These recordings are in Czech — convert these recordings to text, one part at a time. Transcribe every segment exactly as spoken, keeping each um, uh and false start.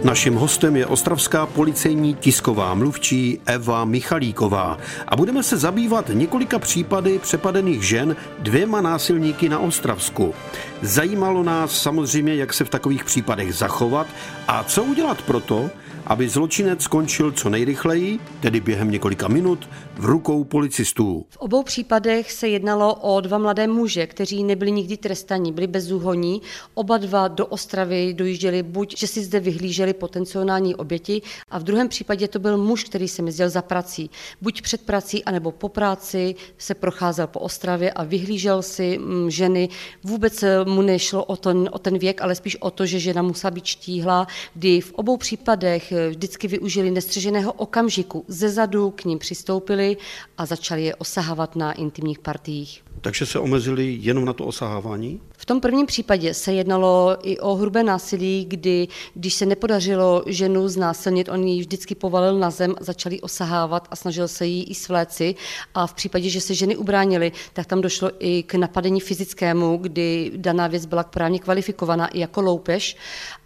Naším hostem je ostravská policejní tisková mluvčí Eva Michalíková a budeme se zabývat několika případy přepadených žen dvěma násilníky na Ostravsku. Zajímalo nás samozřejmě, jak se v takových případech zachovat a co udělat proto, aby zločinec skončil co nejrychleji, tedy během několika minut, v rukou policistů. V obou případech se jednalo o dva mladé muže, kteří nebyli nikdy trestaní, byli bezúhonní. Oba dva do Ostravy dojížděli buď, že si zde vyhlíželi potenciální oběti, a v druhém případě to byl muž, který se jezdil za prací. Buď před prací, anebo po práci se procházel po Ostravě a vyhlížel si ženy. Vůbec mu nešlo o ten, o ten věk, ale spíš o to, že žena musela být štíhlá, kdy v obou případech vždycky využili nestřeženého okamžiku. Zezadu k ním přistoupili a začali je osahávat na intimních partiích. Takže se omezili jenom na to osahávání? V tom prvním případě se jednalo i o hrubé násilí, kdy, když se nepodařilo ženu znásilnit, on ji vždycky povalil na zem, začali osahávat a snažil se jí i svléci. A v případě, že se ženy ubránily, tak tam došlo i k napadení fyzickému, kdy daná věc byla právně kvalifikovaná i jako loupež.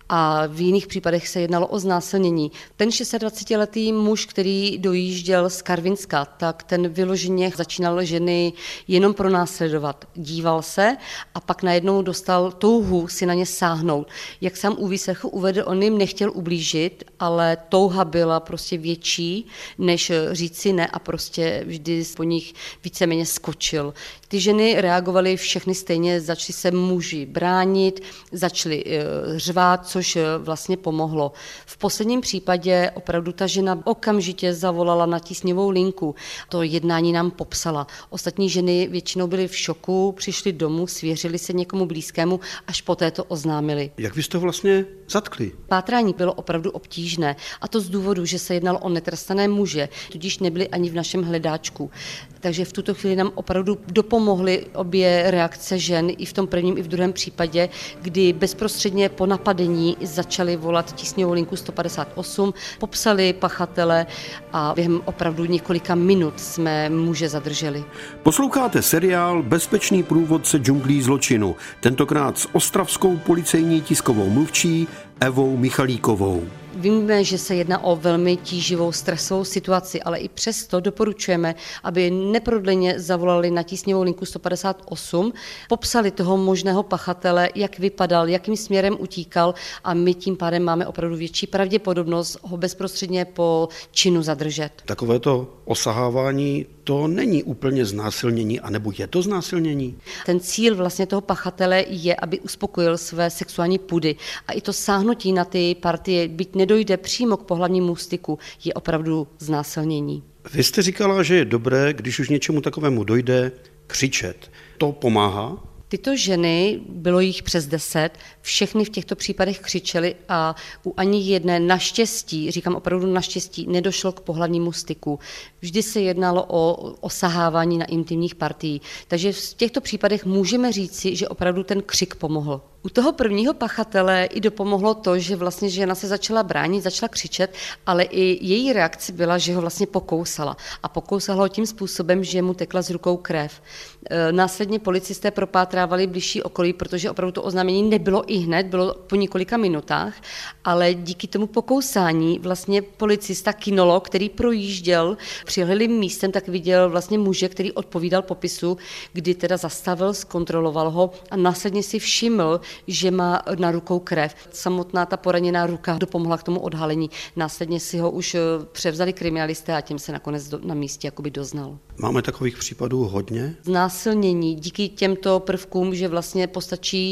A v jiných případech se jednalo o znásilnění. Ten dvacetišestiletý muž, který dojížděl z Karvinska, tak ten vyloženě začínal ženy jenom pronásledovat. Díval se a pak najednou dostal touhu si na ně sáhnout. Jak sám u výslechu uvedl, on jim nechtěl ublížit, ale touha byla prostě větší, než říci ne, a prostě vždy po nich víceméně skočil. Ty ženy reagovaly všechny stejně, začaly se muži bránit, začaly řvát, což vlastně pomohlo. V posledním případě opravdu ta žena okamžitě zavolala na tísňovou linku. To jednání nám popsala. Ostatní ženy většinou byly v šoku, přišly domů, svěřili se někomu blízkému, až poté to oznámili. Jak vy jste vlastně zatkli? Pátrání bylo opravdu obtížné, a to z důvodu, že se jednalo o netrestané muže, tudíž nebyli ani v našem hledáčku. Takže v tuto chvíli nám opravdu dopomohly obě reakce žen i v tom prvním, i v druhém případě, kdy bezprostředně po napadení začali volat tísňovou linku sto padesát osm, popsali pachatele a během opravdu několika minut jsme muže zadrželi. Posloucháte seriál Bezpečný průvodce džunglí zločinu, tentokrát s ostravskou policejní tiskovou mluvčí Evou Michalíkovou. Víme, že se jedná o velmi tíživou stresovou situaci, ale i přesto doporučujeme, aby neprodleně zavolali na tísňovou linku sto padesát osm, popsali toho možného pachatele, jak vypadal, jakým směrem utíkal, a my tím pádem máme opravdu větší pravděpodobnost ho bezprostředně po činu zadržet. Takovéto osahávání, to není úplně znásilnění, anebo je to znásilnění? Ten cíl vlastně toho pachatele je, aby uspokojil své sexuální pudy, a i to sáhnutí na ty partie, byť nedojde přímo k pohlavnímu styku, je opravdu znásilnění. Vy jste říkala, že je dobré, když už něčemu takovému dojde, křičet. To pomáhá? Tyto ženy, bylo jich přes deset, všechny v těchto případech křičely a u ani jedné naštěstí, říkám opravdu naštěstí, nedošlo k pohlavnímu styku. Vždy se jednalo o osahávání na intimních partií. Takže v těchto případech můžeme říci, že opravdu ten křik pomohl. U toho prvního pachatele i dopomohlo to, že vlastně žena se začala bránit, začala křičet, ale i její reakce byla, že ho vlastně pokousala. A pokousala ho tím způsobem, že mu tekla z rukou krev. Následně policisté propátrávali bližší okolí, protože opravdu to oznámení nebylo i hned, bylo po několika minutách, ale díky tomu pokousání vlastně policista, kinolog, který projížděl přilehlým místem, tak viděl vlastně muže, který odpovídal popisu, kdy teda zastavil, zkontroloval ho a následně si všiml, že má na rukou krev. Samotná ta poraněná ruka dopomohla k tomu odhalení. Následně si ho už převzali kriminalisté a tím se nakonec do, na místě jakoby doznal. Máme takových případů hodně? Znásilnění díky těmto prvkům, že vlastně postačí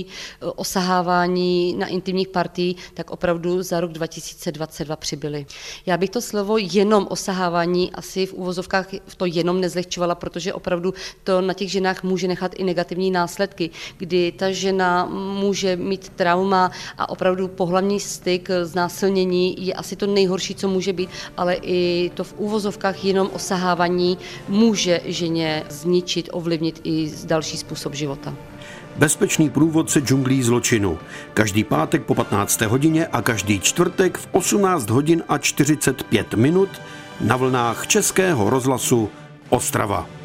osahávání na intimních partií, tak opravdu za rok dva tisíce dvacet dva přibyly. Já bych to slovo jenom osahávání asi v uvozovkách to jenom nezlehčovala, protože opravdu to na těch ženách může nechat i negativní následky, kdy ta žena může mít trauma a opravdu pohlavní styk, znásilnění je asi to nejhorší, co může být, ale i to v uvozovkách jenom osahávání může ženě zničit, ovlivnit i další způsob života. Bezpečný průvodce džunglí zločinu. Každý pátek po patnácté hodině a každý čtvrtek v osmnáct hodin a čtyřicet pět minut na vlnách Českého rozhlasu Ostrava.